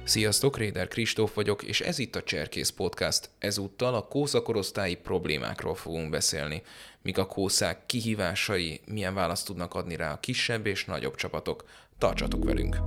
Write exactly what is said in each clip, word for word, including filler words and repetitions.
Sziasztok, Réder Kristóf vagyok, és ez itt a Cserkész Podcast. Ezúttal a kósza korosztályi problémákról fogunk beszélni. Mik a kószák kihívásai, milyen választ tudnak adni rá a kisebb és nagyobb csapatok. Tartsatok velünk!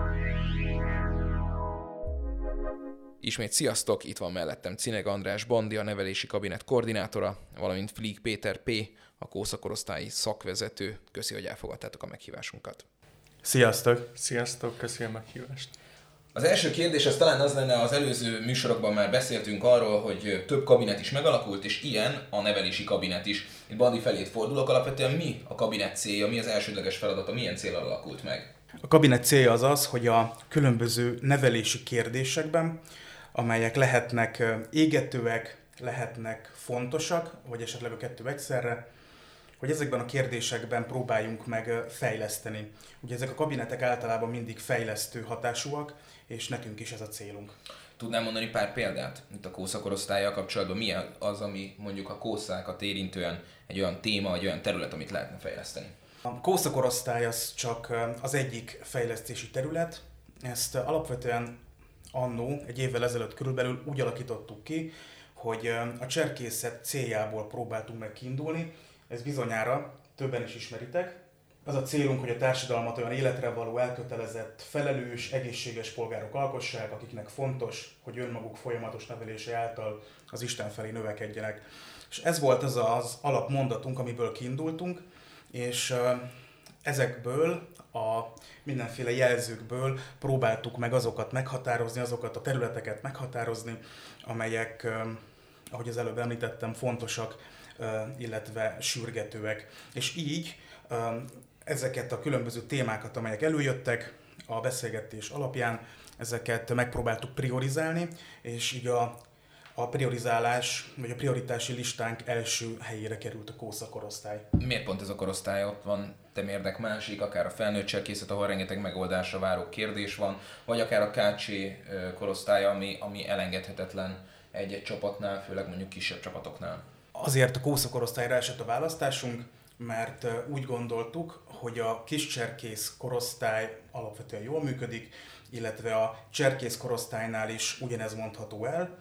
Ismét sziasztok, itt van mellettem Cineg András Bandi, a nevelési kabinet koordinátora, valamint Flieg Péter P., a kósza korosztályi szakvezető. Köszi, hogy elfogadtátok a meghívásunkat. Sziasztok! Sziasztok, köszönöm a meghívást! Az első kérdés az talán az lenne, az előző műsorokban már beszéltünk arról, hogy több kabinet is megalakult, és ilyen a nevelési kabinet is. Itt Bandi felét fordulok, alapvetően mi a kabinet célja, mi az elsődleges feladata, milyen cél alakult meg? A kabinet célja az az, hogy a különböző nevelési kérdésekben, amelyek lehetnek égetőek, lehetnek fontosak, vagy esetleg a kettő egyszerre, hogy ezekben a kérdésekben próbáljunk meg fejleszteni. Ugye ezek a kabinetek általában mindig fejlesztő hatásúak, és nekünk is ez a célunk. Tudnám mondani pár példát itt a kósza korosztállyal kapcsolatban? Mi az, ami mondjuk a kószákat érintően egy olyan téma, egy olyan terület, amit lehetne fejleszteni? A kósza korosztály az csak az egyik fejlesztési terület. Ezt alapvetően annó, egy évvel ezelőtt körülbelül úgy alakítottuk ki, hogy a cserkészet céljából próbáltunk meg kiindulni. Ez bizonyára többen is ismeritek. Az a célunk, hogy a társadalmat olyan életre való, elkötelezett, felelős, egészséges polgárok alkossák, akiknek fontos, hogy önmaguk folyamatos nevelése által az Isten felé növekedjenek. És ez volt az az alapmondatunk, amiből kiindultunk, és ezekből a mindenféle jelzőkből próbáltuk meg azokat meghatározni, azokat a területeket meghatározni, amelyek, ahogy az előbb említettem, fontosak, illetve sürgetőek. És így ezeket a különböző témákat, amelyek előjöttek a beszélgetés alapján, ezeket megpróbáltuk priorizálni, és így a, a priorizálás, vagy a prioritási listánk első helyére került a kósza korosztály. Miért pont ez a korosztály? Ott van temérdek másik, akár a felnőtt cserkészet, ahol rengeteg megoldásra váró kérdés van, vagy akár a ká cé korosztály, ami, ami elengedhetetlen egy-egy csapatnál, főleg mondjuk kisebb csapatoknál. Azért a kósza korosztályra esett a választásunk, mert úgy gondoltuk, hogy a kis cserkész korosztály alapvetően jól működik, illetve a cserkész korosztálynál is ugyanez mondható el.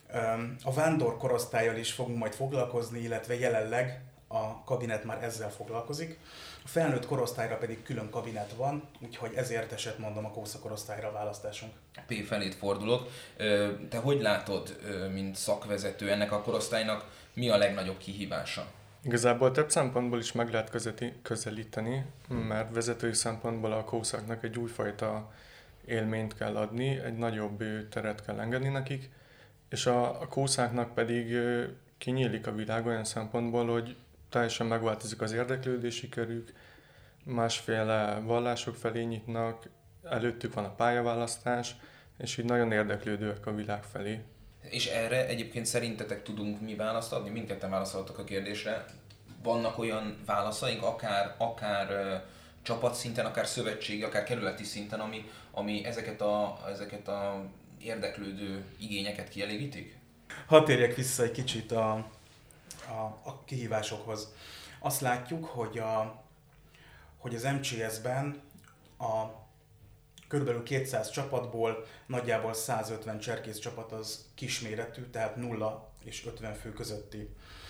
A vándor korosztállyal is fogunk majd foglalkozni, illetve jelenleg a kabinet már ezzel foglalkozik. A felnőtt korosztályra pedig külön kabinet van, úgyhogy ezért esett, mondom, a kósza korosztályra a választásunk. P. felét fordulok. Te hogy látod, mint szakvezető, ennek a korosztálynak mi a legnagyobb kihívása? Igazából több szempontból is meg lehet közelíteni, mert vezetői szempontból a kószáknak egy újfajta élményt kell adni, egy nagyobb teret kell engedni nekik, és a, a kószáknak pedig kinyílik a világ olyan szempontból, hogy teljesen megváltozik az érdeklődési körük, másféle vallások felé nyitnak, előttük van a pályaválasztás, és így nagyon érdeklődőek a világ felé. És erre egyébként szerintetek tudunk mi választ adni? Mindketten válaszoltak a kérdésre. Vannak olyan válaszaink, akár, akár uh, csapatszinten, akár szövetségi, akár kerületi szinten, ami, ami ezeket, a, ezeket a érdeklődő igényeket kielégítik? Hadd térjek vissza egy kicsit a, a, a kihívásokhoz. Azt látjuk, hogy, a, hogy az em cé es-ben a körülbelül kétszáz csapatból nagyjából százötven cserkész csapat az kisméretű, tehát nulla és ötven fő közötti.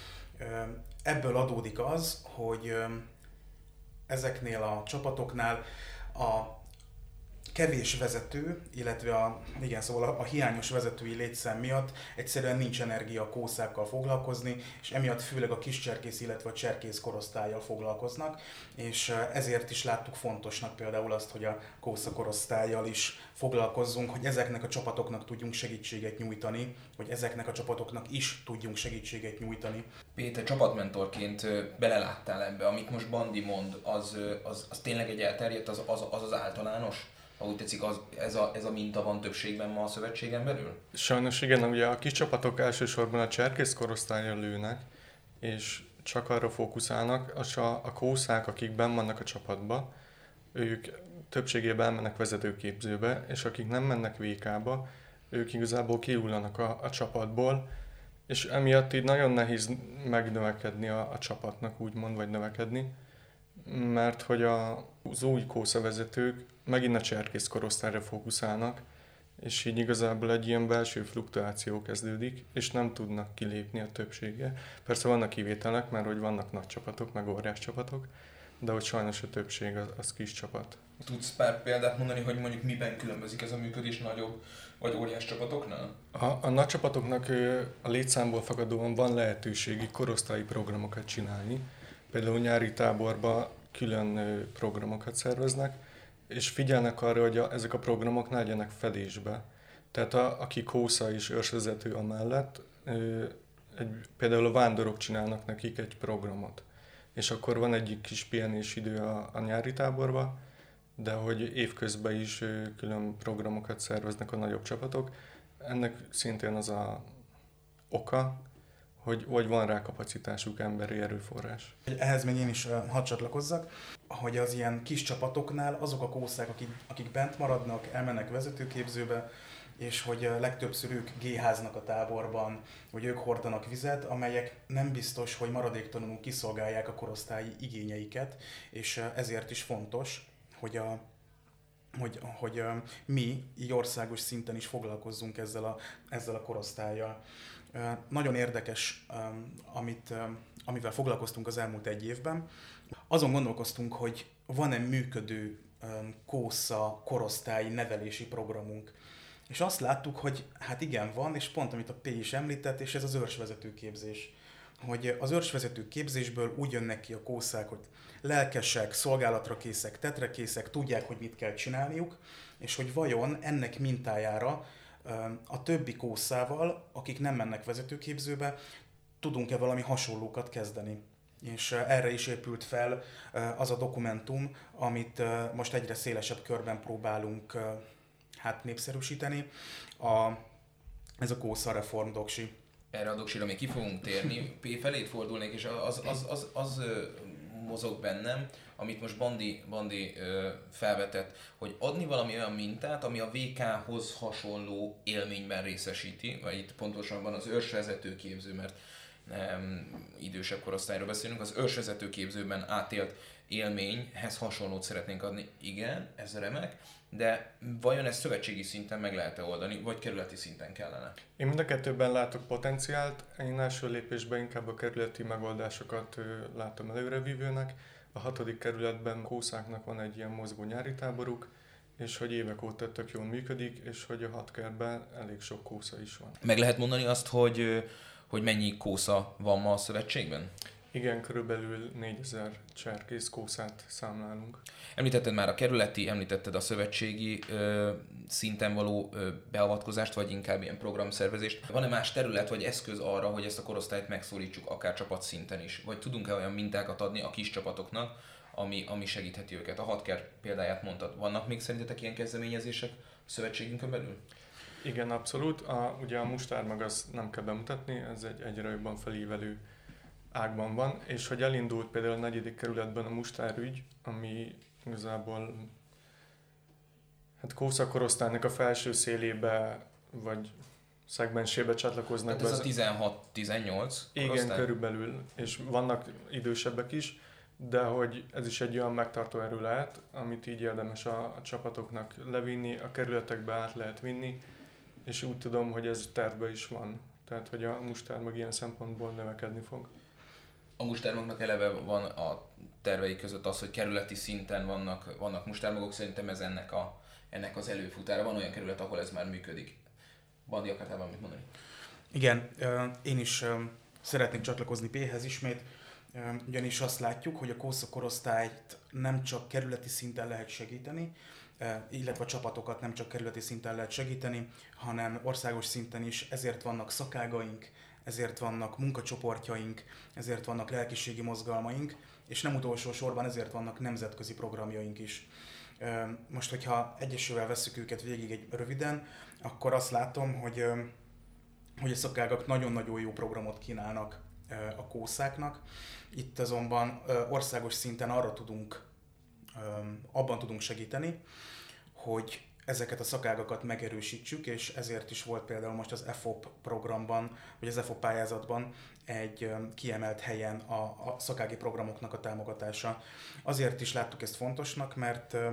Ebből adódik az, hogy ezeknél a csapatoknál a kevés vezető, illetve a, igen, szóval a, a hiányos vezetői létszám miatt egyszerűen nincs energia a kószákkal foglalkozni, és emiatt főleg a kis cserkész, illetve a cserkész korosztállyal foglalkoznak, és ezért is láttuk fontosnak például azt, hogy a kósza korosztállyal is foglalkozzunk, hogy ezeknek a csapatoknak tudjunk segítséget nyújtani, hogy ezeknek a csapatoknak is tudjunk segítséget nyújtani. Péter, csapatmentorként beleláttál ebbe, amit most Bandi mond, az, az, az tényleg egy elterjedt, az az, az, az általános? Ahogy tetszik, az, ez, a, ez a minta van többségben ma a szövetségen belül? Sajnos igen, ugye a kis csapatok elsősorban a cserkész korosztályra lőnek, és csak arra fókuszálnak, és a, a kószák, akik benn vannak a csapatba, ők többségében elmennek vezetőképzőbe, és akik nem mennek vé ká-ba, ők igazából kihullanak a, a csapatból, és emiatt így nagyon nehéz megnövekedni a, a csapatnak, úgymond, vagy növekedni, mert hogy a, az új kószavezetők megint a cserkész korosztályra fókuszálnak, és így igazából egy ilyen belső fluktuáció kezdődik, és nem tudnak kilépni a többsége. Persze vannak kivételek, mert hogy vannak nagy csapatok, meg óriás csapatok, de hogy sajnos a többség az, az kis csapat. Tudsz pár példát mondani, hogy mondjuk miben különbözik ez a működés nagyobb vagy óriás csapatoknál? A, a nagy csapatoknak a létszámból fakadóan van lehetőségi korosztályi programokat csinálni. Például nyári táborban külön programokat szerveznek, és figyelnek arra, hogy a, ezek a programok ne legyenek fedésbe. Tehát a, aki kósza és őrsvezető amellett, egy, például a vándorok csinálnak nekik egy programot. És akkor van egy kis pihenés idő a, a nyári táborban, de hogy évközben is külön programokat szerveznek a nagyobb csapatok. Ennek szintén az a oka, hogy, hogy van rá kapacitásuk, emberi erőforrás. Ehhez még én is hadd csatlakozzak, hogy az ilyen kis csapatoknál azok a kószák, akik, akik bent maradnak, elmennek vezetőképzőbe, és hogy legtöbbször ők géháznak a táborban, vagy ők hordanak vizet, amelyek nem biztos, hogy maradéktalanul kiszolgálják a korosztályi igényeiket, és ezért is fontos, hogy, a, hogy, hogy mi így országos szinten is foglalkozzunk ezzel a, ezzel a korosztállyal. Nagyon érdekes, amit, amivel foglalkoztunk az elmúlt egy évben. Azon gondolkoztunk, hogy van-e működő kósza korosztályi nevelési programunk. És azt láttuk, hogy hát igen, van, és pont amit a P is említett, és ez az őrsvezetőképzés. Hogy az őrsvezetőképzésből úgy jönnek ki a kószák, hogy lelkesek, szolgálatra készek, tetrekészek, tudják, hogy mit kell csinálniuk, és hogy vajon ennek mintájára a többi kószával, akik nem mennek vezetőképzőbe, tudunk-e valami hasonlókat kezdeni. És erre is épült fel az a dokumentum, amit most egyre szélesebb körben próbálunk hát népszerűsíteni, a, ez a Kósza Reform doksi. Erre a doksira még ki fogunk térni, P felét fordulnék, és az, az, az, az, az mozog bennem, amit most Bandi, Bandi ö, felvetett, hogy adni valami olyan mintát, ami a vé ká-hoz hasonló élményben részesíti, vagy itt pontosabban az őrsvezetőképző, mert nem idősebb korosztályról beszélünk, az őrsvezetőképzőben átélt élményhez hasonlót szeretnénk adni. Igen, ez remek, de vajon ezt szövetségi szinten meg lehet-e oldani, vagy kerületi szinten kellene? Én mind a kettőben látok potenciált, én első lépésben inkább a kerületi megoldásokat látom előrevívőnek. A hatodik kerületben kószáknak van egy ilyen mozgó nyári táboruk, és hogy évek óta tök jól működik, és hogy a hat kertben elég sok kósza is van. Meg lehet mondani azt, hogy, hogy mennyi kósza van ma a szövetségben? Igen, körülbelül négyezer cserkész kószát számlálunk. Említetted már a kerületi, említetted a szövetségi ö, szinten való ö, beavatkozást, vagy inkább ilyen programszervezést. Van-e más terület vagy eszköz arra, hogy ezt a korosztályt megszólítsuk akár csapatszinten is? Vagy tudunk-e olyan mintákat adni a kis csapatoknak, ami, ami segítheti őket? A Hatker példáját mondtad. Vannak még szerintetek ilyen kezdeményezések a szövetségünkön belül? Igen, abszolút. A, ugye a mustármag azt nem kell bemutatni, ez egy egyre jobban felívelő ágban van, és hogy elindult például a negyedik kerületben a mustárügy, ami igazából hát Kósza korosztálynak a felső szélébe, vagy szegmensébe csatlakoznak. Hát ez a tizenhat tizennyolc Igen, korosztály? körülbelül, és vannak idősebbek is, de hogy ez is egy olyan megtartó erő lehet, amit így érdemes a, a csapatoknak levinni, a kerületekbe át lehet vinni, és úgy tudom, hogy ez tervben is van. Tehát, hogy a mustármag ilyen szempontból növekedni fog. A mustármagnak eleve van a tervei között az, hogy kerületi szinten vannak, vannak mustármagok, szerintem ez ennek, a, ennek az előfutára. Van olyan kerület, ahol ez már működik. Bandi, akartál valamit mondani? Igen, én is szeretnék csatlakozni P-hez ismét, ugyanis azt látjuk, hogy a Kósza korosztályt nem csak kerületi szinten lehet segíteni, illetve a csapatokat nem csak kerületi szinten lehet segíteni, hanem országos szinten is, ezért vannak szakágaink, ezért vannak munkacsoportjaink, ezért vannak lelkiségi mozgalmaink, és nem utolsó sorban ezért vannak nemzetközi programjaink is. Most, hogyha egyesével vesszük őket végig egy röviden, akkor azt látom, hogy, hogy a szakágak nagyon-nagyon jó programot kínálnak a kószáknak. Itt azonban országos szinten arra tudunk, abban tudunk segíteni, hogy ezeket a szakágakat megerősítsük, és ezért is volt például most az F O P programban, vagy az F O P pályázatban egy kiemelt helyen a, a szakági programoknak a támogatása. Azért is láttuk ezt fontosnak, mert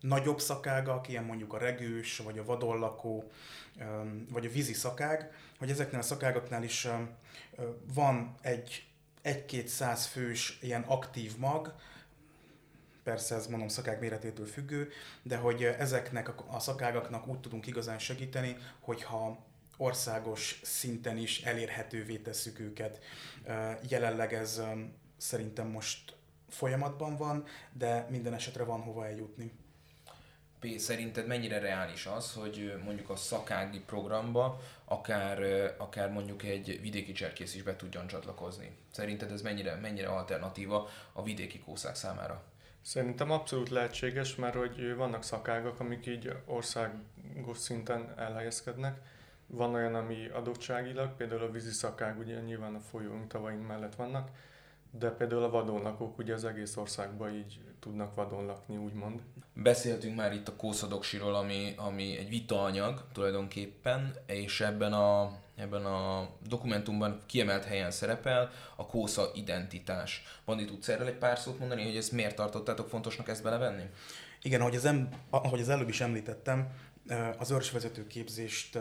nagyobb szakágak, ilyen mondjuk a regős, vagy a vadollakó, vagy a vízi szakág, hogy ezeknél a szakágaknál is van egy egy-két száz fős ilyen aktív mag, persze ez mondom szakág méretétől függő, de hogy ezeknek a szakágaknak úgy tudunk igazán segíteni, hogyha országos szinten is elérhetővé tesszük őket. Jelenleg ez szerintem most folyamatban van, de minden esetre van hova eljutni. P. Szerinted mennyire reális az, hogy mondjuk a szakági programba akár, akár mondjuk egy vidéki cserkész is be tudjon csatlakozni? Szerinted ez mennyire, mennyire alternatíva a vidéki kószák számára? Szerintem abszolút lehetséges, mert hogy vannak szakágak, amik így országos szinten elhelyezkednek. Van olyan, ami adottságilag, például a vízi szakág, ugye nyilván a folyóink, tavaink mellett vannak, de például a vadonlakók ugye az egész országban így tudnak vadon lakni, úgymond. Beszéltünk már itt a kószadoksiról, ami, ami egy vitaanyag tulajdonképpen, és ebben a, ebben a dokumentumban kiemelt helyen szerepel a kósza identitás. Bandi, tudsz erről egy pár szót mondani, hogy ezt miért tartottátok fontosnak ezt belevenni? Igen, ahogy az, em, ahogy az előbb is említettem, az őrsvezető képzést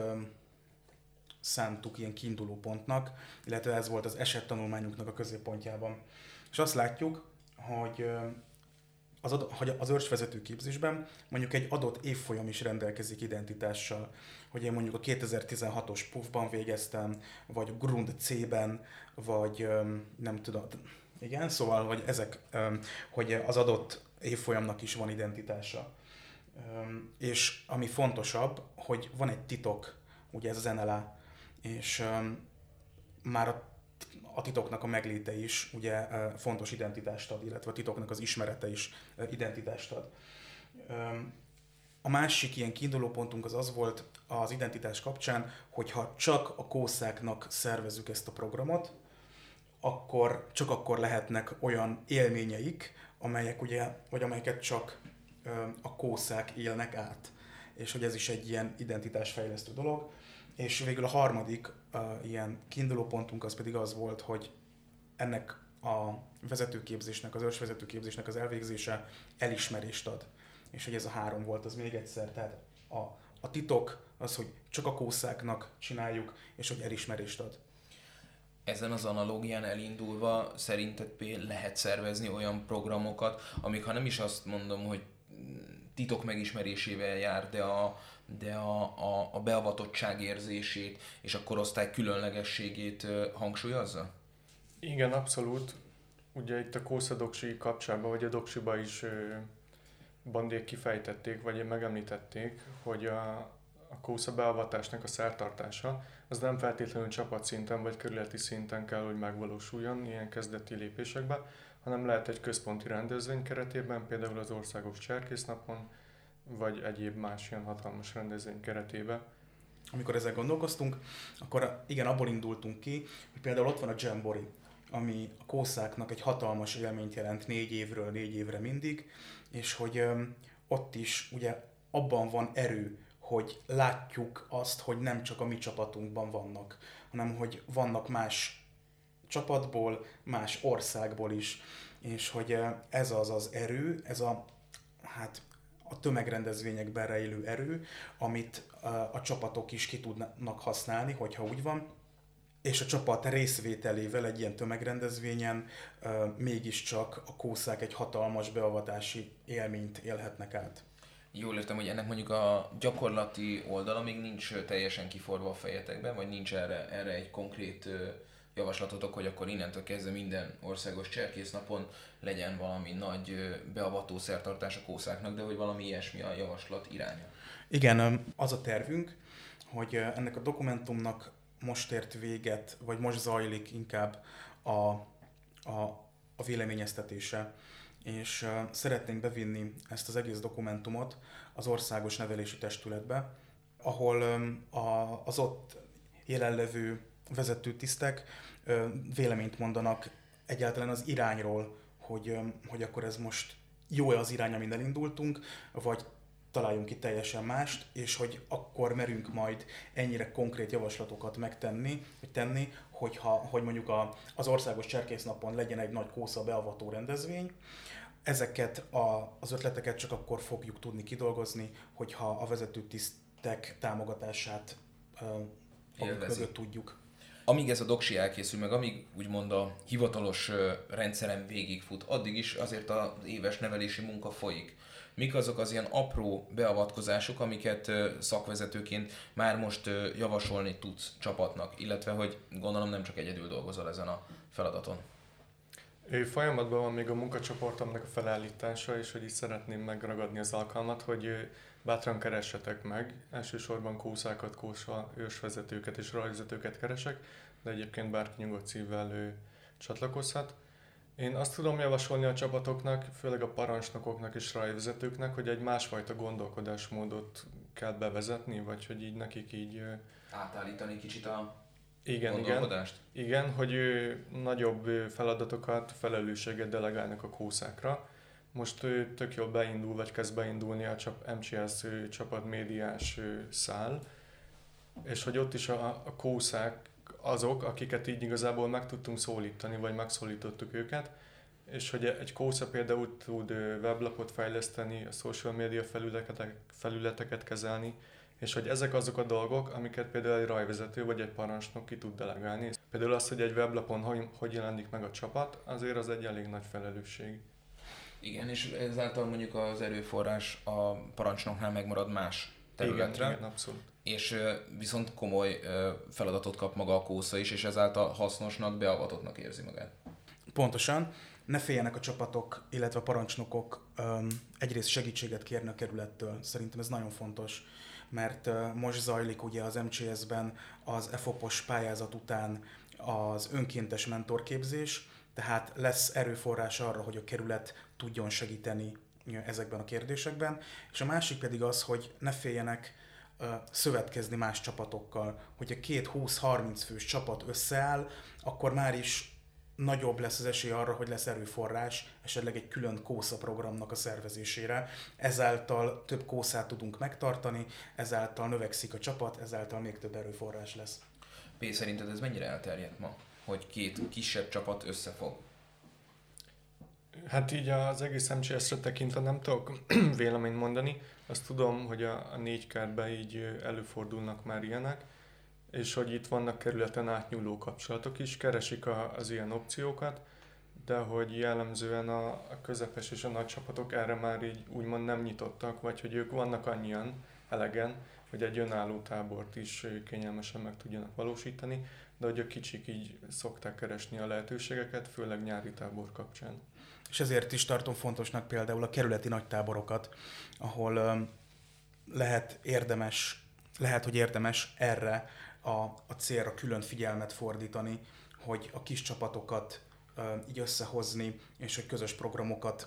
szántuk ilyen kiinduló pontnak, illetve ez volt az esettanulmányunknak a középpontjában. És azt látjuk, hogy az, ad, hogy az őrsvezető képzésben mondjuk egy adott évfolyam is rendelkezik identitással. Hogy én mondjuk a kétezer-tizenhatos pé u ef-ban végeztem, vagy Grund C-ben, vagy nem tudom, igen, szóval, hogy ezek, hogy az adott évfolyamnak is van identitása. És ami fontosabb, hogy van egy titok, ugye ez az en el á, és um, már a, a titoknak a megléte is ugye uh, fontos identitást ad, illetve a titoknak az ismerete is uh, identitást ad. Um, a másik ilyen kiindulópontunk az az volt az identitás kapcsán, hogyha csak a kószáknak szervezzük ezt a programot, akkor csak akkor lehetnek olyan élményeik, amelyek ugye, vagy amelyeket csak uh, a kószák élnek át. És hogy ez is egy ilyen identitásfejlesztő dolog. És végül a harmadik uh, ilyen kiindulópontunk az pedig az volt, hogy ennek a vezetőképzésnek, az őrsvezetőképzésnek az elvégzése elismerést ad. És hogy ez a három volt, az még egyszer, tehát a, a titok az, hogy csak a kószáknak csináljuk, és hogy elismerést ad. Ezen az analógián elindulva szerinted például lehet szervezni olyan programokat, amik, ha nem is azt mondom, hogy titok megismerésével jár, de a, de a, a, a beavatottság érzését és a korosztály különlegességét hangsúlyozza? Igen, abszolút. Ugye itt a kószadoksi kapcsában, vagy a doksiba is Bandék kifejtették, vagy megemlítették, hogy a, a kósza beavatásnak a szertartása az nem feltétlenül csapatszinten vagy kerületi szinten kell, hogy megvalósuljon ilyen kezdeti lépésekben, hanem lehet egy központi rendezvény keretében, például az Országos Cserkésznapon, vagy egyéb más ilyen hatalmas rendezvény keretében. Amikor ezzel gondolkoztunk, akkor igen, abból indultunk ki, hogy például ott van a Jamboree, ami a kószáknak egy hatalmas élményt jelent négy évről négy évre mindig, és hogy öm, ott is ugye abban van erő, hogy látjuk azt, hogy nem csak a mi csapatunkban vannak, hanem hogy vannak más csapatból, más országból is, és hogy ez az az erő, ez a, hát, a tömegrendezvényekben rejlő erő, amit a, a csapatok is ki tudnak használni, hogyha úgy van, és a csapat részvételével egy ilyen tömegrendezvényen uh, mégiscsak a kószák egy hatalmas beavatási élményt élhetnek át. Jól értem, hogy ennek mondjuk a gyakorlati oldala még nincs teljesen kiforva a fejetekben, vagy nincs erre, erre egy konkrét javaslatotok, hogy akkor innentől kezdve minden országos cserkésznapon legyen valami nagy beavató szertartás a kószáknak, de hogy valami ilyesmi a javaslat iránya. Igen, az a tervünk, hogy ennek a dokumentumnak most ért véget, vagy most zajlik inkább a, a, a véleményeztetése, és szeretnénk bevinni ezt az egész dokumentumot az Országos Nevelési Testületbe, ahol a, az ott jelenlevő vezetőtisztek véleményt mondanak egyáltalán az irányról, hogy, hogy akkor ez most jó-e az irány, amin elindultunk, vagy találjunk ki teljesen mást, és hogy akkor merünk majd ennyire konkrét javaslatokat megtenni, vagy tenni, hogyha, hogy mondjuk a, az Országos Cserkésznapon legyen egy nagy kósza beavató rendezvény, Ezeket a, az ötleteket csak akkor fogjuk tudni kidolgozni, hogyha a vezetőtisztek támogatását uh, maguk mögött tudjuk. Amíg ez a doksi elkészül, meg amíg úgymond a hivatalos rendszeren végigfut, addig is azért az éves nevelési munka folyik. Mik azok az ilyen apró beavatkozások, amiket szakvezetőként már most javasolni tudsz csapatnak, illetve hogy gondolom nem csak egyedül dolgozol ezen a feladaton? Folyamatban van még a munkacsoportomnak a felállítása, és hogy is szeretném megragadni az alkalmat, hogy bátran keressetek meg. Elsősorban kószákat, kósa ősvezetőket és rajvezetőket keresek, de egyébként bárki nyugodt szívvel ő csatlakozhat. Én azt tudom javasolni a csapatoknak, főleg a parancsnokoknak és rajvezetőknek, hogy egy másfajta gondolkodásmódot kell bevezetni, vagy hogy így nekik így... átállítani kicsit a igen, gondolkodást? Igen, igen, hogy ő nagyobb feladatokat, felelősséget delegálnak a kószákra. Most ő tök jól beindul, vagy kezd beindulni a em cé es csapat médiás szál, és hogy ott is a, a kószák azok, akiket így igazából meg tudtunk szólítani, vagy megszólítottuk őket, és hogy egy kósza például tud weblapot fejleszteni, a social media felületeket, felületeket kezelni, és hogy ezek azok a dolgok, amiket például egy rajvezető vagy egy parancsnok ki tud delegálni. Például az, hogy egy weblapon hogy, hogy jelenik meg a csapat, azért az egy elég nagy felelősség. Igen, és ezáltal mondjuk az erőforrás a parancsnoknál megmarad más területre. Igen, igen, abszolút. És viszont komoly feladatot kap maga a kósza is, és ezáltal hasznosnak, beavatottnak érzi magát. Pontosan. Ne féljenek a csapatok, illetve a parancsnokok um, egyrészt segítséget kérni a kerülettől. Szerintem ez nagyon fontos, mert uh, most zajlik ugye az em cé es-ben az e fopos pályázat után az önkéntes mentorképzés, tehát lesz erőforrás arra, hogy a kerület tudjon segíteni ezekben a kérdésekben. És a másik pedig az, hogy ne féljenek uh, szövetkezni más csapatokkal. Hogyha két húsz-harminc fős csapat összeáll, akkor már is nagyobb lesz az esély arra, hogy lesz erőforrás, esetleg egy külön kósza programnak a szervezésére. Ezáltal több kószát tudunk megtartani, ezáltal növekszik a csapat, ezáltal még több erőforrás lesz. P. szerinted ez mennyire elterjedt ma, hogy két kisebb csapat összefog? Hát így az egész em cé es-re tekintve nem tudok véleményt mondani. Azt tudom, hogy a, a négy kertben így előfordulnak már ilyenek, és hogy itt vannak kerületen átnyúló kapcsolatok is, keresik a, az ilyen opciókat, de hogy jellemzően a, a közepes és a nagy csapatok erre már így úgymond nem nyitottak, vagy hogy ők vannak annyian, elegen, hogy egy önálló tábort is kényelmesen meg tudjanak valósítani, de hogy a kicsik így szokták keresni a lehetőségeket, főleg nyári tábor kapcsán. És ezért is tartom fontosnak például a kerületi nagytáborokat, ahol um, lehet érdemes, lehet, hogy érdemes erre a, a célra külön figyelmet fordítani, hogy a kis csapatokat um, így összehozni, és hogy közös programokat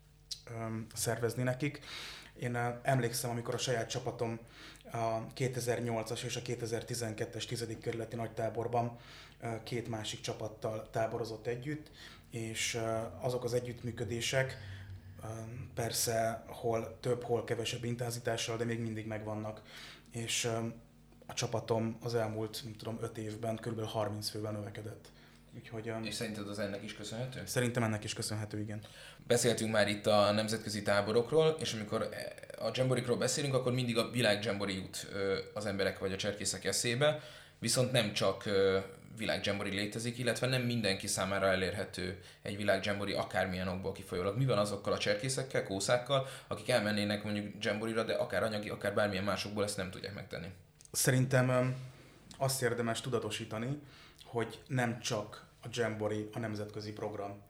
um, szervezni nekik. Én uh, emlékszem, amikor a saját csapatom a kétezer-nyolcas és a kétezer-tizenkettes tizedik kerületi nagytáborban uh, két másik csapattal táborozott együtt, és uh, azok az együttműködések uh, persze hol több, hol kevesebb intenzitással, de még mindig megvannak. És uh, a csapatom az elmúlt, nem tudom, öt évben kb. harminc fővel növekedett. Úgyhogy, um, és szerinted az ennek is köszönhető? Szerintem ennek is köszönhető, igen. Beszéltünk már itt a nemzetközi táborokról, és amikor a jamborikról beszélünk, akkor mindig a világ jambori jut az emberek vagy a cserkészek eszébe, viszont nem csak világ jambori létezik, illetve nem mindenki számára elérhető egy világ jambori akármilyen okból kifolyólag. Mi van azokkal a cserkészekkel, kószákkal, akik elmennének mondjuk jamborira, de akár anyagi, akár bármilyen másokból ezt nem tudják megtenni? Szerintem azt érdemes tudatosítani, hogy nem csak a Jamboree a nemzetközi program.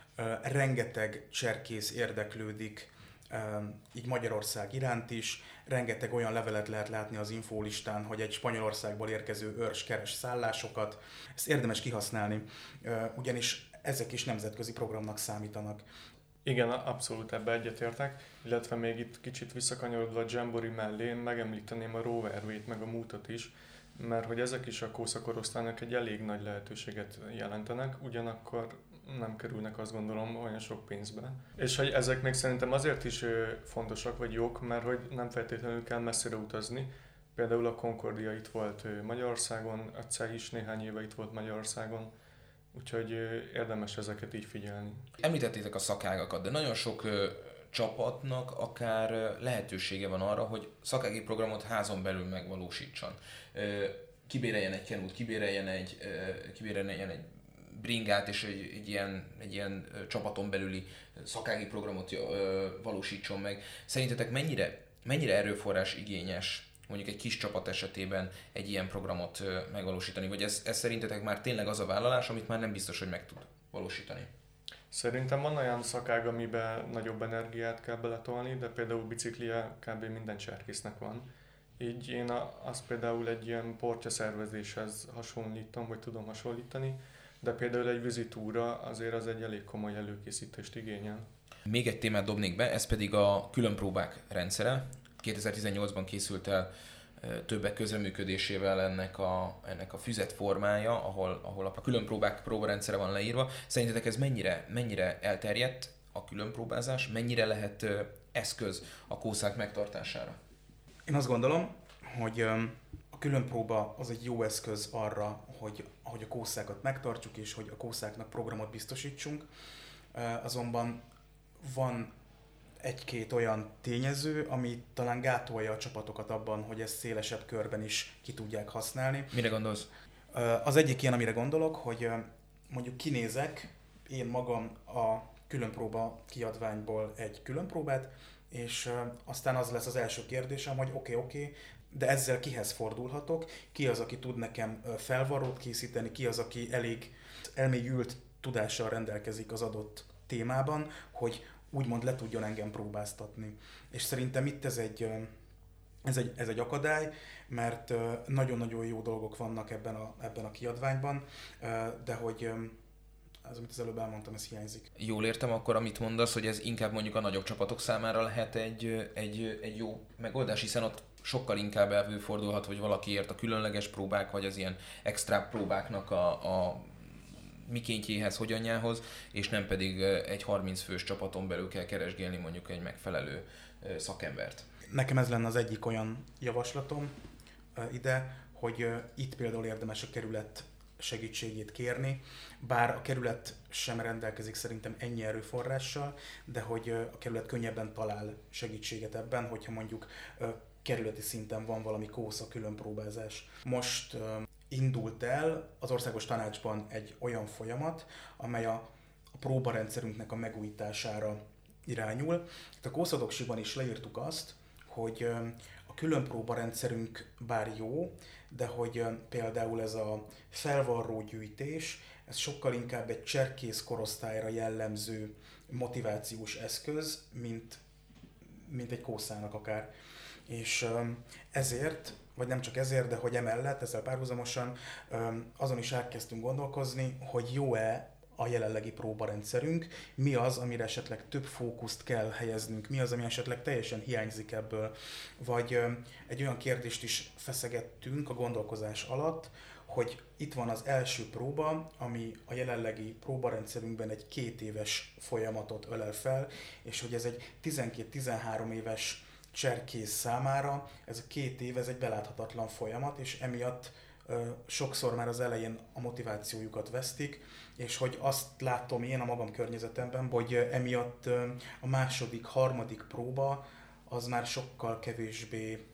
Rengeteg cserkész érdeklődik így Magyarország iránt is, rengeteg olyan levelet lehet látni az infólistán, hogy egy Spanyolországból érkező őrs keres szállásokat. Ezt érdemes kihasználni, ugyanis ezek is nemzetközi programnak számítanak. Igen, abszolút ebbe egyetértek, illetve még itt kicsit visszakanyarodva a Jamboree mellé, én megemlíteném a Roverway-t, meg a Mútot is, mert hogy ezek is a kósza korosztálynak egy elég nagy lehetőséget jelentenek, ugyanakkor nem kerülnek, azt gondolom, olyan sok pénzbe. És hogy ezek még szerintem azért is fontosak vagy jók, mert hogy nem feltétlenül kell messzire utazni. Például a Concordia itt volt Magyarországon, a cé e i is néhány éve itt volt Magyarországon, úgyhogy érdemes ezeket így figyelni. Említettétek a szakágakat, de nagyon sok ö, csapatnak akár ö, lehetősége van arra, hogy szakági programot házon belül megvalósítson. Ö, kibéreljen egy kenút, kibéreljen egy, ö, kibéreljen egy bringát, és egy, egy, ilyen, egy ilyen ö, csapaton belüli szakági programot ö, valósítson meg. Szerintetek mennyire, mennyire erőforrás igényes mondjuk egy kis csapat esetében egy ilyen programot ö, megvalósítani? Vagy ez, ez szerintetek már tényleg az a vállalás, amit már nem biztos, hogy meg tud valósítani? Szerintem van olyan szakág, amiben nagyobb energiát kell beletolni, de például biciklije kb. Minden cserkésznek van. Így én a, azt például egy ilyen portja szervezéshez hasonlítom, vagy tudom hasonlítani, de például egy vízitúra azért az egy elég komoly előkészítést igényel. Még egy témát dobnék be, ez pedig a különpróbák rendszere. kétezer-tizennyolcban készült el többek közreműködésével ennek a, ennek a füzet formája, ahol, ahol a különpróbák próbarendszere van leírva. Szerintetek ez mennyire, mennyire elterjedt a különpróbázás, mennyire lehet eszköz a kószák megtartására? Én azt gondolom, hogy a különpróba az egy jó eszköz arra, hogy, hogy a kószákat megtartsuk, és hogy a kószáknak programot biztosítsunk. Azonban van egy-két olyan tényező, ami talán gátolja a csapatokat abban, hogy ezt szélesebb körben is ki tudják használni. Mire gondolsz? Az egyik ilyen, amire gondolok, hogy mondjuk kinézek én magam a különpróba kiadványból egy különpróbát, és aztán az lesz az első kérdésem, hogy oké, okay, oké, okay, de ezzel kihez fordulhatok, ki az, aki tud nekem felvarrót készíteni, ki az, aki elég elmélyült tudással rendelkezik az adott témában, hogy úgymond le tudjon engem próbáztatni. És szerintem itt ez egy, ez egy, ez egy akadály, mert nagyon-nagyon jó dolgok vannak ebben a, ebben a kiadványban, de hogy az, amit az előbb elmondtam, ez hiányzik. Jól értem akkor, amit mondasz, hogy ez inkább mondjuk a nagyobb csapatok számára lehet egy, egy, egy jó megoldás, hiszen ott sokkal inkább előfordulhat, hogy valakiért a különleges próbák, vagy az ilyen extra próbáknak a, a mikéntjéhez, hogyanjához, és nem pedig egy harminc fős csapaton belül kell keresgélni mondjuk egy megfelelő szakembert. Nekem ez lenne az egyik olyan javaslatom ide, hogy itt például érdemes a kerület segítségét kérni, bár a kerület sem rendelkezik szerintem ennyi erőforrással, de hogy a kerület könnyebben talál segítséget ebben, hogyha mondjuk kerületi szinten van valami kósza különpróbázás. Most indult el az országos tanácsban egy olyan folyamat, amely a, a próbarendszerünknek a megújítására irányul. Itt a kószadoksiban is leírtuk azt, hogy a különpróbarendszerünk bár jó, de hogy például ez a felvarró gyűjtés, ez sokkal inkább egy cserkész korosztályra jellemző motivációs eszköz, mint, mint egy kószának akár. És ezért, vagy nem csak ezért, de hogy emellett, ezzel párhuzamosan azon is elkezdtünk gondolkozni, hogy jó-e a jelenlegi próbarendszerünk, mi az, amire esetleg több fókuszt kell helyeznünk, mi az, ami esetleg teljesen hiányzik ebből. Vagy egy olyan kérdést is feszegettünk a gondolkozás alatt, hogy itt van az első próba, ami a jelenlegi próbarendszerünkben egy két éves folyamatot ölel fel, és hogy ez egy tizenkét-tizenhárom éves cserkész számára ez a két év, ez egy beláthatatlan folyamat, és emiatt ö, sokszor már az elején a motivációjukat vesztik, és hogy azt látom én a magam környezetemben, hogy emiatt ö, a második, harmadik próba az már sokkal kevésbé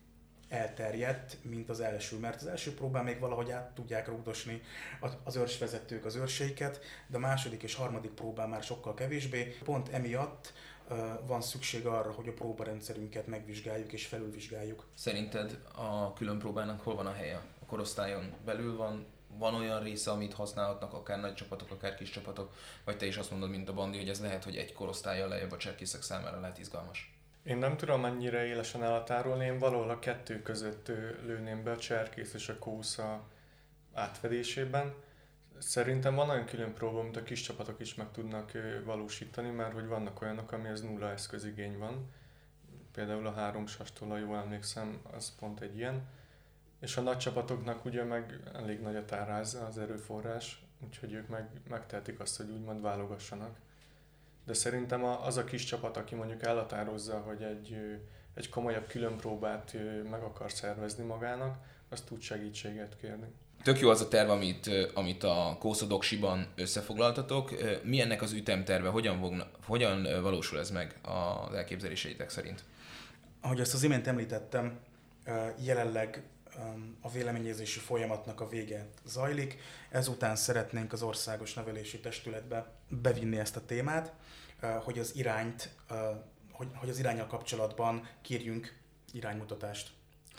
elterjedt, mint az első, mert az első próbán még valahogy át tudják rúgdosni az őrsvezetők az őrseiket, de a második és harmadik próbán már sokkal kevésbé. Pont emiatt van szükség arra, hogy a próbarendszerünket megvizsgáljuk és felülvizsgáljuk. Szerinted a különpróbának hol van a helye? A korosztályon belül van? Van olyan része, amit használhatnak akár nagy csapatok, akár kis csapatok? Vagy te is azt mondod, mint a Bandi, hogy ez lehet, hogy egy korosztállyal lejjebb a cserkészek számára lehet izgalmas? Én nem tudom mennyire élesen elhatárolni, én valahol a kettő között lőném be a cserkész és a kósza átfedésében. Szerintem van olyan külön próba, amit a kis csapatok is meg tudnak valósítani, mert hogy vannak olyanok, amihez nulla eszközigény van. Például a három sastól, ha jól emlékszem, az pont egy ilyen. És a nagy csapatoknak ugye meg elég nagy a táráz, az erőforrás, úgyhogy ők meg, megtehetik azt, hogy úgymond válogassanak. De szerintem az a kis csapat, aki mondjuk elhatározza, hogy egy, egy komolyabb különpróbát meg akar szervezni magának, az tud segítséget kérni. Tök jó az a terv, amit, amit a Kósza-Doksiban összefoglaltatok. Mi ennek az ütemterve? Hogyan, vogna, hogyan valósul ez meg az elképzeléseitek szerint? Ahogy azt az imént említettem, jelenleg a véleményezési folyamatnak a vége zajlik. Ezután szeretnénk az Országos Nevelési Testületbe bevinni ezt a témát, hogy az irányt, hogy, hogy az iránnyal kapcsolatban kérjünk iránymutatást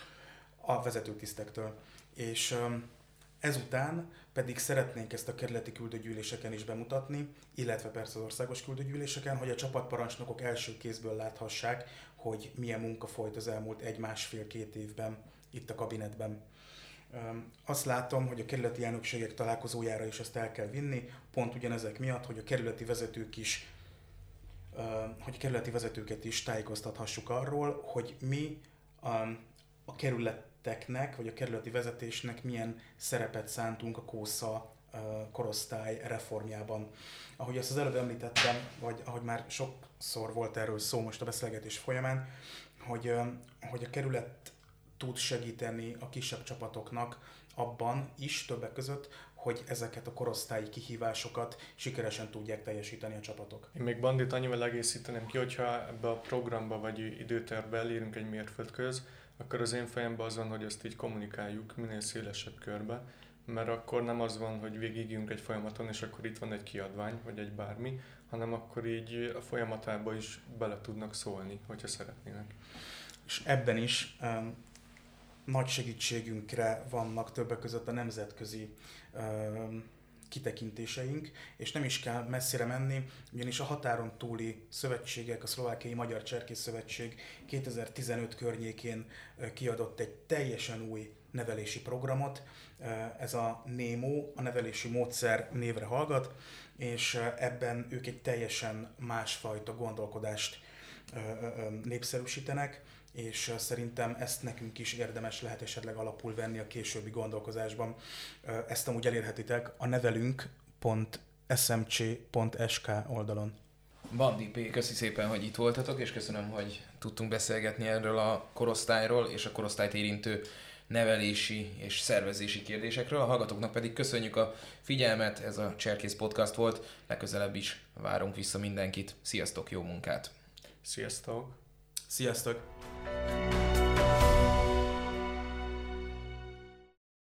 a vezetőtisztektől. És ezután pedig szeretnénk ezt a kerületi küldőgyűléseken is bemutatni, illetve persze az országos küldőgyűléseken, hogy a csapatparancsnokok első kézből láthassák, hogy milyen munka folyt az elmúlt egy-másfél-két évben itt a kabinetben. Azt látom, hogy a kerületi elnökségek találkozójára is ezt el kell vinni, pont ugyanezek miatt, hogy a kerületi vezetők is, hogy a kerületi vezetőket is tájékoztathassuk arról, hogy mi a, a kerületeknek, vagy a kerületi vezetésnek milyen szerepet szántunk a Kósza korosztály reformjában. Ahogy ezt az előbb említettem, vagy ahogy már sokszor volt erről szó most a beszélgetés folyamán, hogy, hogy a kerület tud segíteni a kisebb csapatoknak abban is többek között, hogy ezeket a korosztályi kihívásokat sikeresen tudják teljesíteni a csapatok. Én még Bandit annyival egészíteném ki, hogyha ebbe a programba vagy időtervbe elérünk egy mérföldköz, akkor az én fejemben az van, hogy ezt így kommunikáljuk minél szélesebb körbe, mert akkor nem az van, hogy végigünk egy folyamaton, és akkor itt van egy kiadvány, vagy egy bármi, hanem akkor így a folyamatába is bele tudnak szólni, hogyha szeretnének. És ebben is um, nagy segítségünkre vannak többek között a nemzetközi um, kitekintéseink, és nem is kell messzire menni, ugyanis a határon túli szövetségek, a Szlovákiai Magyar Cserkész Szövetség kétezer-tizenöt környékén kiadott egy teljesen új nevelési programot. Ez a NEMO, a nevelési módszer névre hallgat, és ebben ők egy teljesen másfajta gondolkodást népszerűsítenek, és szerintem ezt nekünk is érdemes lehet esetleg alapul venni a későbbi gondolkozásban. Ezt amúgy elérhetitek a nevelünk pont es em cé pont es ká oldalon. Bandi P., köszi szépen, hogy itt voltatok, és köszönöm, hogy tudtunk beszélgetni erről a korosztályról és a korosztályt érintő nevelési és szervezési kérdésekről. A hallgatóknak pedig köszönjük a figyelmet, ez a Cserkész Podcast volt, legközelebb is várunk vissza mindenkit. Sziasztok, jó munkát! Sziasztok! Sziasztok!